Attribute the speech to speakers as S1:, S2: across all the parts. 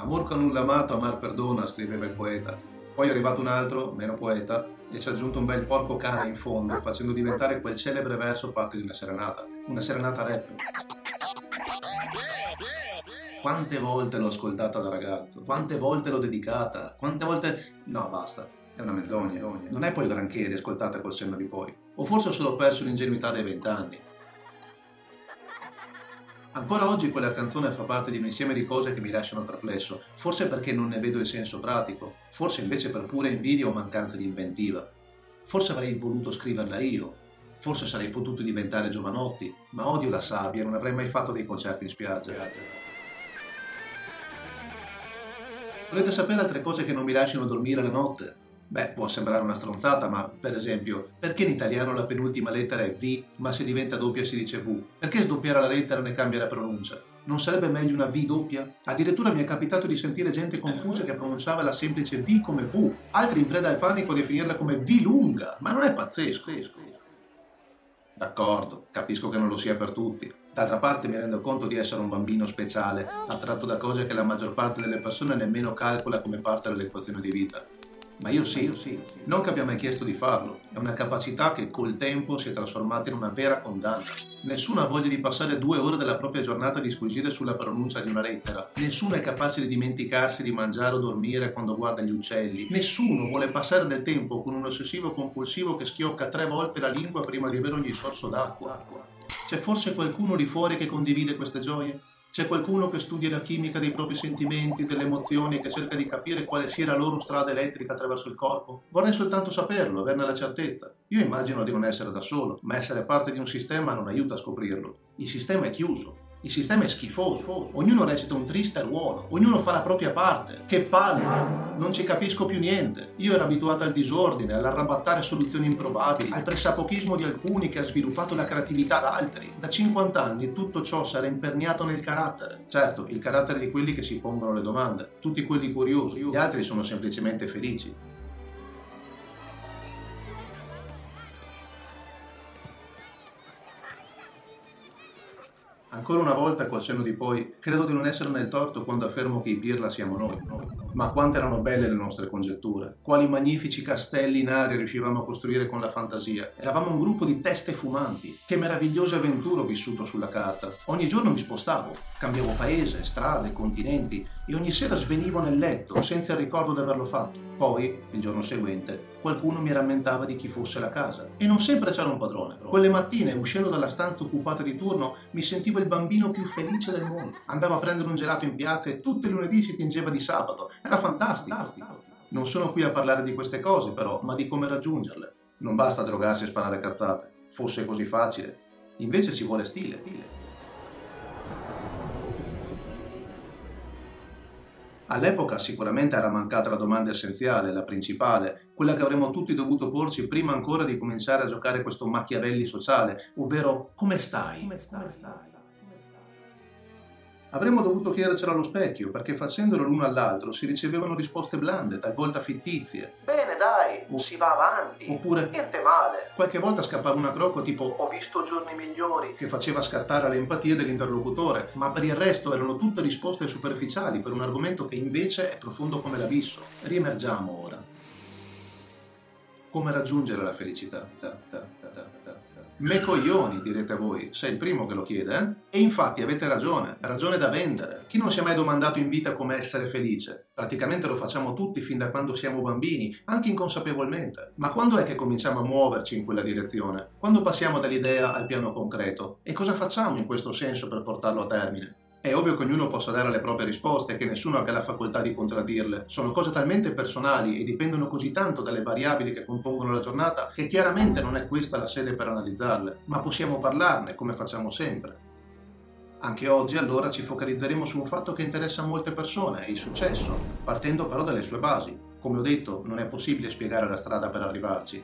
S1: Amor con nulla amato, amar perdona, scriveva il poeta. Poi è arrivato un altro, meno poeta, e ci ha aggiunto un bel porco cane in fondo, facendo diventare quel celebre verso parte di una serenata rap. Quante volte l'ho ascoltata da ragazzo, quante volte l'ho dedicata, quante volte... No, basta, è una menzogna. Non è poi granché riascoltata col senno di poi. O forse ho solo perso l'ingenuità dei 20 anni. Ancora oggi quella canzone fa parte di un insieme di cose che mi lasciano perplesso, forse perché non ne vedo il senso pratico, forse invece per pura invidia o mancanza di inventiva. Forse avrei voluto scriverla io, forse sarei potuto diventare Giovanotti, ma odio la sabbia e non avrei mai fatto dei concerti in spiaggia. Volete sapere altre cose che non mi lasciano dormire la notte? Beh, può sembrare una stronzata, ma per esempio, perché in italiano la penultima lettera è V, ma se diventa doppia si dice V? Perché sdoppiare la lettera ne cambia la pronuncia? Non sarebbe meglio una V doppia? Addirittura mi è capitato di sentire gente confusa che pronunciava la semplice V come V, altri in preda al panico a definirla come V lunga, ma non è pazzesco? D'accordo, capisco che non lo sia per tutti. D'altra parte mi rendo conto di essere un bambino speciale, attratto da cose che la maggior parte delle persone nemmeno calcola come parte dell'equazione di vita. Ma io sì, non che abbia mai chiesto di farlo, è una capacità che col tempo si è trasformata in una vera condanna. Nessuno ha voglia di passare 2 ore della propria giornata a disquisire sulla pronuncia di una lettera. Nessuno è capace di dimenticarsi di mangiare o dormire quando guarda gli uccelli. Nessuno vuole passare del tempo con un ossessivo compulsivo che schiocca 3 volte la lingua prima di avere ogni sorso d'acqua. C'è forse qualcuno lì fuori che condivide queste gioie? C'è qualcuno che studia la chimica dei propri sentimenti, delle emozioni, che cerca di capire quale sia la loro strada elettrica attraverso il corpo? Vorrei soltanto saperlo, averne la certezza. Io immagino di non essere da solo, ma essere parte di un sistema non aiuta a scoprirlo. Il sistema è chiuso. Il sistema è schifoso, ognuno recita un triste ruolo, ognuno fa la propria parte. Che palle! Non ci capisco più niente. Io ero abituato al disordine, all'arrabattare soluzioni improbabili, al pressapochismo di alcuni che ha sviluppato la creatività da altri. Da 50 anni tutto ciò sarà imperniato nel carattere. Certo, il carattere di quelli che si pongono le domande, tutti quelli curiosi, gli altri sono semplicemente felici. Ancora una volta, col senno di poi, credo di non essere nel torto quando affermo che i pirla siamo noi. Ma quante erano belle le nostre congetture, quali magnifici castelli in aria riuscivamo a costruire con la fantasia. Eravamo un gruppo di teste fumanti, che meravigliose avventure ho vissuto sulla carta. Ogni giorno mi spostavo, cambiavo paese, strade, continenti e ogni sera svenivo nel letto senza il ricordo di averlo fatto. Poi, il giorno seguente, qualcuno mi rammentava di chi fosse la casa. E non sempre c'era un padrone. Quelle mattine, uscendo dalla stanza occupata di turno, mi sentivo il bambino più felice del mondo. Andavo a prendere un gelato in piazza e tutti i lunedì si tingeva di sabato. Era fantastico. Non sono qui a parlare di queste cose, però, ma di come raggiungerle. Non basta drogarsi e sparare cazzate. Fosse così facile. Invece ci vuole stile. All'epoca sicuramente era mancata la domanda essenziale, la principale, quella che avremmo tutti dovuto porci prima ancora di cominciare a giocare questo Machiavelli sociale, ovvero come stai? Avremmo dovuto chiedercelo allo specchio, perché facendolo l'uno all'altro si ricevevano risposte blande, talvolta fittizie. Bene dai, si va avanti, oppure niente male. Qualche volta scappava una crocco tipo ho visto giorni migliori, che faceva scattare l'empatia dell'interlocutore, ma per il resto erano tutte risposte superficiali per un argomento che invece è profondo come l'abisso. Riemergiamo ora. Come raggiungere la felicità? Me coglioni, direte voi, sei il primo che lo chiede, eh? E infatti avete ragione da vendere. Chi non si è mai domandato in vita come essere felice? Praticamente lo facciamo tutti fin da quando siamo bambini, anche inconsapevolmente. Ma quando è che cominciamo a muoverci in quella direzione? Quando passiamo dall'idea al piano concreto? E cosa facciamo in questo senso per portarlo a termine? È ovvio che ognuno possa dare le proprie risposte e che nessuno abbia la facoltà di contraddirle. Sono cose talmente personali e dipendono così tanto dalle variabili che compongono la giornata che chiaramente non è questa la sede per analizzarle, ma possiamo parlarne come facciamo sempre. Anche oggi allora ci focalizzeremo su un fatto che interessa a molte persone, il successo, partendo però dalle sue basi. Come ho detto, non è possibile spiegare la strada per arrivarci.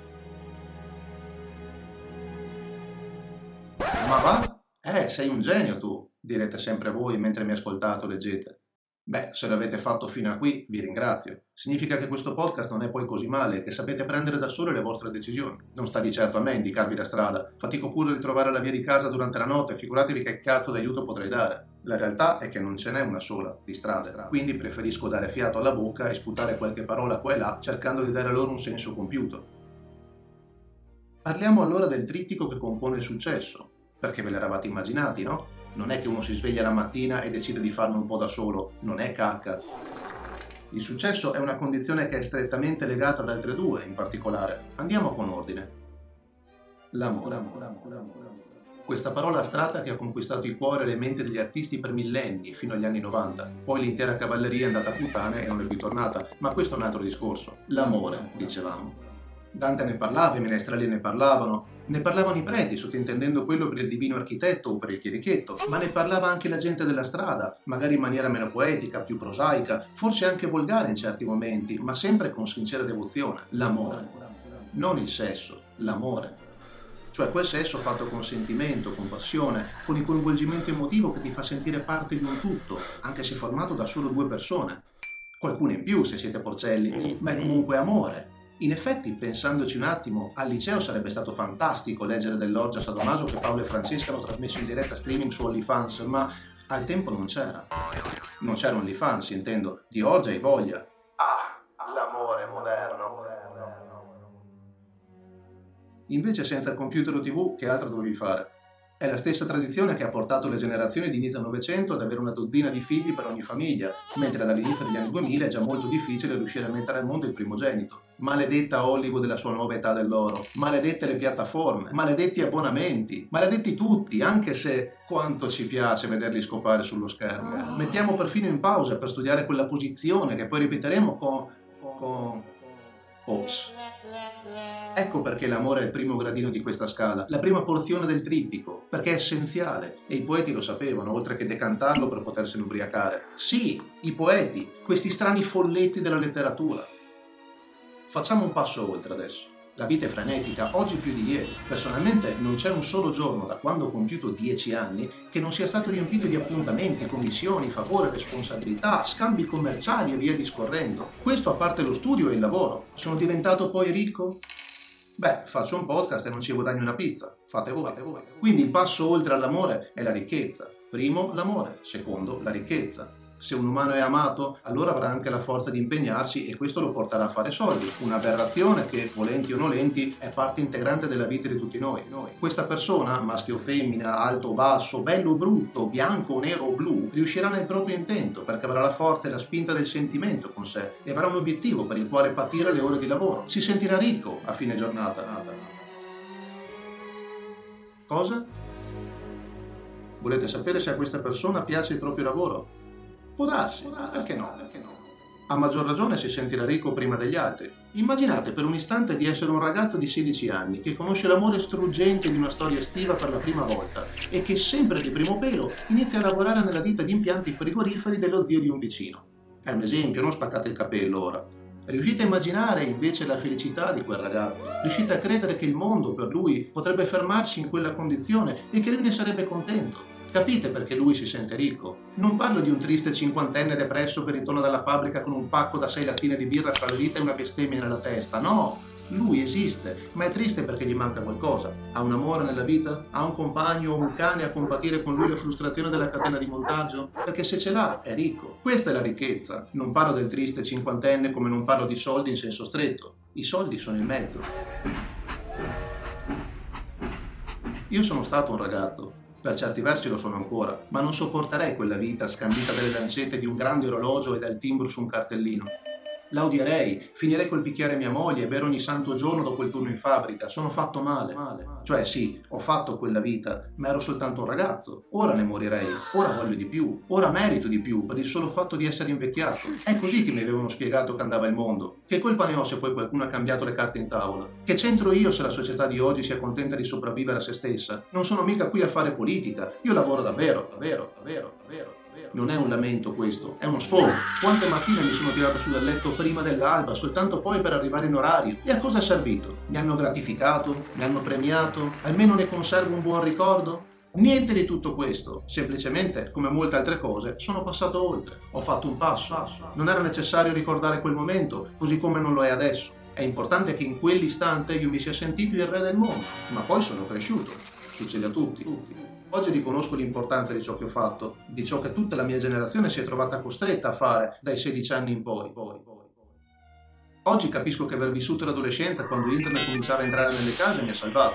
S1: Ma va? Sei un genio tu! Direte sempre voi mentre mi ascoltate o leggete. Beh, se l'avete fatto fino a qui, vi ringrazio. Significa che questo podcast non è poi così male, che sapete prendere da sole le vostre decisioni. Non sta di certo a me indicarvi la strada. Fatico pure a ritrovare la via di casa durante la notte, figuratevi che cazzo d'aiuto potrei dare. La realtà è che non ce n'è una sola di strada, quindi preferisco dare fiato alla bocca e sputare qualche parola qua e là, cercando di dare loro un senso compiuto. Parliamo allora del trittico che compone il successo, perché ve l'eravate immaginati, no? Non è che uno si sveglia la mattina e decide di farlo un po' da solo, non è cacca. Il successo è una condizione che è strettamente legata ad altre due, in particolare. Andiamo con ordine. L'amore. Questa parola astratta che ha conquistato i cuori e le menti degli artisti per millenni, fino agli anni 90. Poi l'intera cavalleria è andata a puttane e non è più tornata, ma questo è un altro discorso. L'amore, dicevamo. Dante ne parlava, i menestrelli ne parlavano i preti, sottintendendo quello per il divino architetto o per il chierichetto, ma ne parlava anche la gente della strada, magari in maniera meno poetica, più prosaica, forse anche volgare in certi momenti, ma sempre con sincera devozione. L'amore. Non il sesso, l'amore. Cioè quel sesso fatto con sentimento, con passione, con il coinvolgimento emotivo che ti fa sentire parte di un tutto, anche se formato da solo due persone. Qualcuno in più se siete porcelli, ma è comunque amore. In effetti, pensandoci un attimo, al liceo sarebbe stato fantastico leggere dell'orgia sadomaso che Paolo e Francesca hanno trasmesso in diretta streaming su OnlyFans, ma al tempo non c'era. Non c'era OnlyFans, intendo, di orgia e voglia. L'amore moderno. Invece senza computer o TV, che altro dovevi fare? È la stessa tradizione che ha portato le generazioni di inizio Novecento ad avere una dozzina di figli per ogni famiglia, mentre dall'inizio degli anni 2000 è già molto difficile riuscire a mettere al mondo il primogenito. Maledetta Hollywood della sua nuova età dell'oro, maledette le piattaforme, maledetti abbonamenti, maledetti tutti, anche se quanto ci piace vederli scopare sullo schermo. Mettiamo perfino in pausa per studiare quella posizione che poi ripeteremo con... Ops. Ecco perché l'amore è il primo gradino di questa scala, la prima porzione del trittico, perché è essenziale, e i poeti lo sapevano, oltre che decantarlo per potersene ubriacare. Sì, i poeti, questi strani folletti della letteratura. Facciamo un passo oltre adesso. La vita è frenetica, oggi più di ieri. Personalmente non c'è un solo giorno, da quando ho compiuto 10 anni, che non sia stato riempito di appuntamenti, commissioni, favori, responsabilità, scambi commerciali e via discorrendo. Questo a parte lo studio e il lavoro. Sono diventato poi ricco? Beh, faccio un podcast e non ci guadagno una pizza. Fate voi. Quindi il passo oltre all'amore è la ricchezza. Primo, l'amore. Secondo, la ricchezza. Se un umano è amato, allora avrà anche la forza di impegnarsi e questo lo porterà a fare soldi. Un'aberrazione che, volenti o nolenti, è parte integrante della vita di tutti noi. Questa persona, maschio o femmina, alto o basso, bello o brutto, bianco, nero o blu, riuscirà nel proprio intento perché avrà la forza e la spinta del sentimento con sé e avrà un obiettivo per il quale patire le ore di lavoro. Si sentirà ricco a fine giornata. Cosa? Volete sapere se a questa persona piace il proprio lavoro? Può darsi, perché no? A maggior ragione si sentirà ricco prima degli altri. Immaginate per un istante di essere un ragazzo di 16 anni che conosce l'amore struggente di una storia estiva per la prima volta e che sempre di primo pelo inizia a lavorare nella ditta di impianti frigoriferi dello zio di un vicino. È un esempio, non spaccate il capello ora. Riuscite a immaginare invece la felicità di quel ragazzo? Riuscite a credere che il mondo per lui potrebbe fermarsi in quella condizione e che lui ne sarebbe contento? Capite perché lui si sente ricco? Non parlo di un triste cinquantenne depresso che ritorna dalla fabbrica con un pacco da 6 lattine di birra fra le dita e una bestemmia nella testa. No, lui esiste, ma è triste perché gli manca qualcosa. Ha un amore nella vita? Ha un compagno o un cane a compatire con lui la frustrazione della catena di montaggio? Perché se ce l'ha, è ricco. Questa è la ricchezza. Non parlo del triste cinquantenne come non parlo di soldi in senso stretto. I soldi sono il mezzo. Io sono stato un ragazzo. Per certi versi lo sono ancora, ma non sopporterei quella vita scandita dalle lancette di un grande orologio e dal timbro su un cartellino. La odierei, finirei col picchiare mia moglie e bere ogni santo giorno dopo il turno in fabbrica. Sono fatto male. Cioè sì, ho fatto quella vita, ma ero soltanto un ragazzo. Ora ne morirei, ora voglio di più, ora merito di più per il solo fatto di essere invecchiato. È così che mi avevano spiegato che andava il mondo. Che colpa ne ho se poi qualcuno ha cambiato le carte in tavola? Che c'entro io se la società di oggi sia contenta di sopravvivere a se stessa? Non sono mica qui a fare politica, io lavoro davvero. Non è un lamento questo, è uno sfogo. Quante mattine mi sono tirato su dal letto prima dell'alba, soltanto poi per arrivare in orario. E a cosa è servito? Mi hanno gratificato? Mi hanno premiato? Almeno ne conservo un buon ricordo? Niente di tutto questo, semplicemente, come molte altre cose, sono passato oltre. Ho fatto un passo. Non era necessario ricordare quel momento, così come non lo è adesso. È importante che in quell'istante io mi sia sentito il re del mondo, ma poi sono cresciuto. succede a tutti. Oggi riconosco l'importanza di ciò che ho fatto, di ciò che tutta la mia generazione si è trovata costretta a fare dai 16 anni in poi. Oggi capisco che aver vissuto l'adolescenza quando internet cominciava a entrare nelle case mi ha salvato.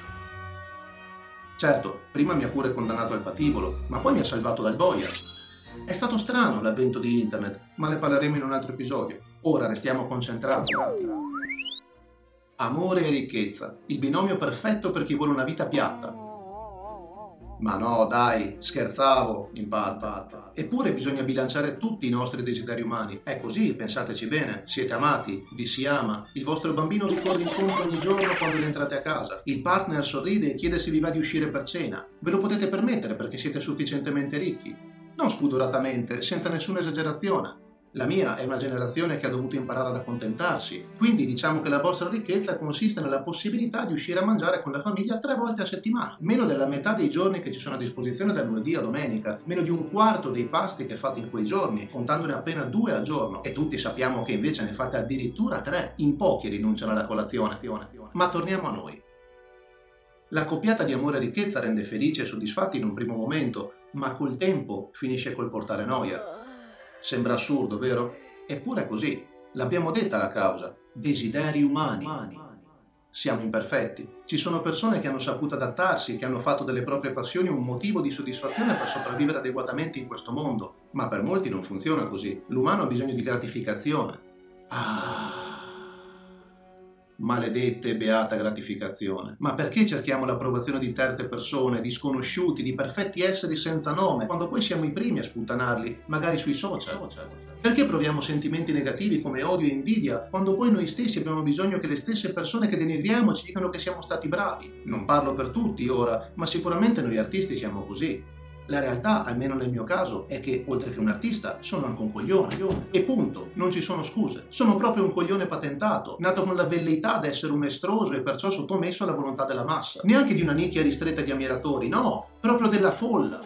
S1: Certo, prima mi ha pure condannato al patibolo, ma poi mi ha salvato dal boia. È stato strano l'avvento di internet, ma ne parleremo in un altro episodio. Ora restiamo concentrati. Amore e ricchezza, il binomio perfetto per chi vuole una vita piatta. Ma no, dai, scherzavo, in parte. Eppure bisogna bilanciare tutti i nostri desideri umani. È così, pensateci bene. Siete amati, vi si ama, il vostro bambino vi corre incontro ogni giorno quando rientrate a casa. Il partner sorride e chiede se vi va di uscire per cena. Ve lo potete permettere perché siete sufficientemente ricchi. Non spudoratamente, senza nessuna esagerazione. La mia è una generazione che ha dovuto imparare ad accontentarsi, quindi diciamo che la vostra ricchezza consiste nella possibilità di uscire a mangiare con la famiglia 3 volte a settimana, meno della metà dei giorni che ci sono a disposizione da lunedì a domenica, meno di un quarto dei pasti che fate in quei giorni, contandone appena 2 al giorno, e tutti sappiamo che invece ne fate addirittura 3, in pochi rinunciano alla colazione. Ma torniamo a noi. La coppiata di amore e ricchezza rende felici e soddisfatti in un primo momento, ma col tempo finisce col portare noia. Sembra assurdo, vero? Eppure è così. L'abbiamo detta la causa. Desideri umani. Siamo imperfetti. Ci sono persone che hanno saputo adattarsi, che hanno fatto delle proprie passioni un motivo di soddisfazione per sopravvivere adeguatamente in questo mondo. Ma per molti non funziona così. L'umano ha bisogno di gratificazione. Maledetta e beata gratificazione. Ma perché cerchiamo l'approvazione di terze persone, di sconosciuti, di perfetti esseri senza nome, quando poi siamo i primi a sputtanarli, magari sui social? Perché proviamo sentimenti negativi come odio e invidia, quando poi noi stessi abbiamo bisogno che le stesse persone che denigriamo ci dicano che siamo stati bravi? Non parlo per tutti ora, ma sicuramente noi artisti siamo così. La realtà, almeno nel mio caso, è che, oltre che un artista, sono anche un coglione. E punto, non ci sono scuse. Sono proprio un coglione patentato, nato con la velleità di essere un estroso e perciò sottomesso alla volontà della massa. Neanche di una nicchia ristretta di ammiratori, no, proprio della folla.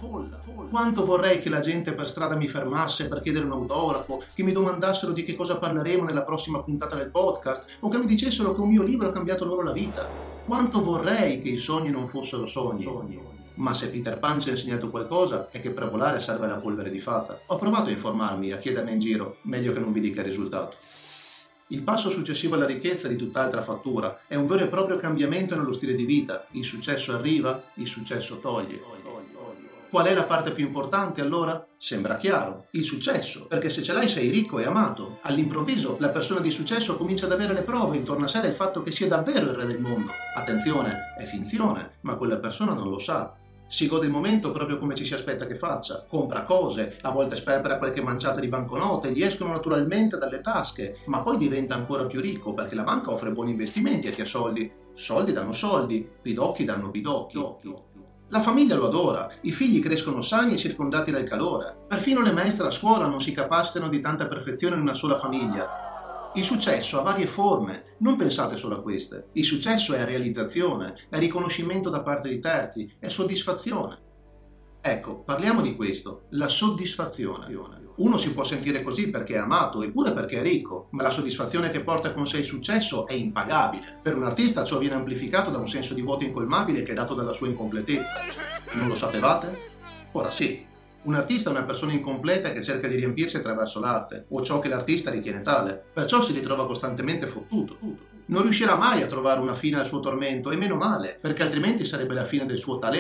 S1: Quanto vorrei che la gente per strada mi fermasse per chiedere un autografo, che mi domandassero di che cosa parleremo nella prossima puntata del podcast, o che mi dicessero che un mio libro ha cambiato loro la vita. Quanto vorrei che i sogni non fossero sogni. Ma se Peter Pan ci ha insegnato qualcosa è che per volare serve la polvere di fata. Ho provato a informarmi, a chiedermi in giro, meglio che non vi dica il risultato. Il passo successivo alla ricchezza è di tutt'altra fattura, è un vero e proprio cambiamento nello stile di vita. Il successo arriva, il successo toglie. Qual è la parte più importante allora? Sembra chiaro, il successo, perché se ce l'hai sei ricco e amato. All'improvviso la persona di successo comincia ad avere le prove intorno a sé del fatto che sia davvero il re del mondo. Attenzione, è finzione, ma quella persona non lo sa. Si gode il momento proprio come ci si aspetta che faccia, compra cose, a volte sperpera qualche manciata di banconote, gli escono naturalmente dalle tasche, ma poi diventa ancora più ricco perché la banca offre buoni investimenti a chi ha soldi. Soldi danno soldi, pidocchi danno pidocchi. La famiglia lo adora, i figli crescono sani e circondati dal calore. Perfino le maestre a scuola non si capacitano di tanta perfezione in una sola famiglia. Il successo ha varie forme, non pensate solo a queste. Il successo è realizzazione, è riconoscimento da parte di terzi, è soddisfazione. Ecco, parliamo di questo, la soddisfazione. Uno si può sentire così perché è amato, eppure perché è ricco, ma la soddisfazione che porta con sé il successo è impagabile. Per un artista ciò viene amplificato da un senso di vuoto incolmabile che è dato dalla sua incompletezza. Non lo sapevate? Ora sì. Un artista è una persona incompleta che cerca di riempirsi attraverso l'arte, o ciò che l'artista ritiene tale, perciò si ritrova costantemente fottuto. Non riuscirà mai a trovare una fine al suo tormento, e meno male, perché altrimenti sarebbe la fine del suo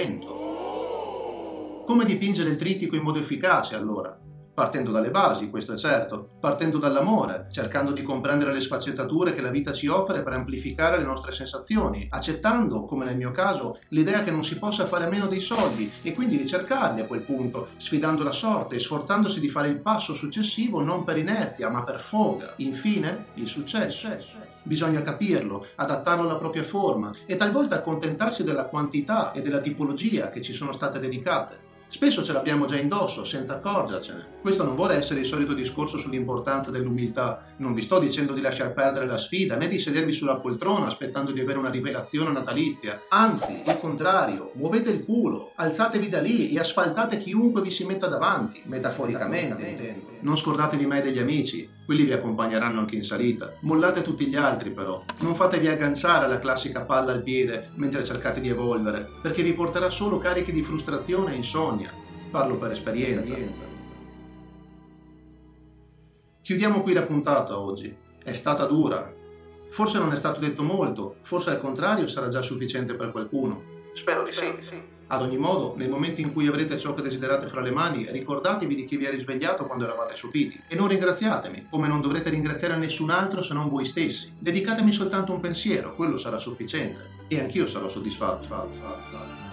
S1: talento. Come dipingere il trittico in modo efficace, allora? Partendo dalle basi, questo è certo, partendo dall'amore, cercando di comprendere le sfaccettature che la vita ci offre per amplificare le nostre sensazioni, accettando, come nel mio caso, l'idea che non si possa fare a meno dei soldi e quindi ricercarli a quel punto, sfidando la sorte e sforzandosi di fare il passo successivo non per inerzia ma per foga. Infine, il successo. Bisogna capirlo, adattarlo alla propria forma e talvolta accontentarsi della quantità e della tipologia che ci sono state dedicate. Spesso ce l'abbiamo già indosso, senza accorgercene. Questo non vuole essere il solito discorso sull'importanza dell'umiltà. Non vi sto dicendo di lasciar perdere la sfida, né di sedervi sulla poltrona aspettando di avere una rivelazione natalizia. Anzi, il contrario, muovete il culo, alzatevi da lì e asfaltate chiunque vi si metta davanti, metaforicamente intendo. Non scordatevi mai degli amici, quelli vi accompagneranno anche in salita. Mollate tutti gli altri però. Non fatevi agganciare alla classica palla al piede mentre cercate di evolvere, perché vi porterà solo carichi di frustrazione e insonnia. Parlo per esperienza. Chiudiamo qui la puntata oggi. È stata dura. Forse non è stato detto molto, forse al contrario sarà già sufficiente per qualcuno. Spero di sì. Ad ogni modo, nei momenti in cui avrete ciò che desiderate fra le mani, ricordatevi di chi vi ha risvegliato quando eravate sopiti. E non ringraziatemi, come non dovrete ringraziare nessun altro se non voi stessi. Dedicatemi soltanto un pensiero, quello sarà sufficiente. E anch'io sarò soddisfatto.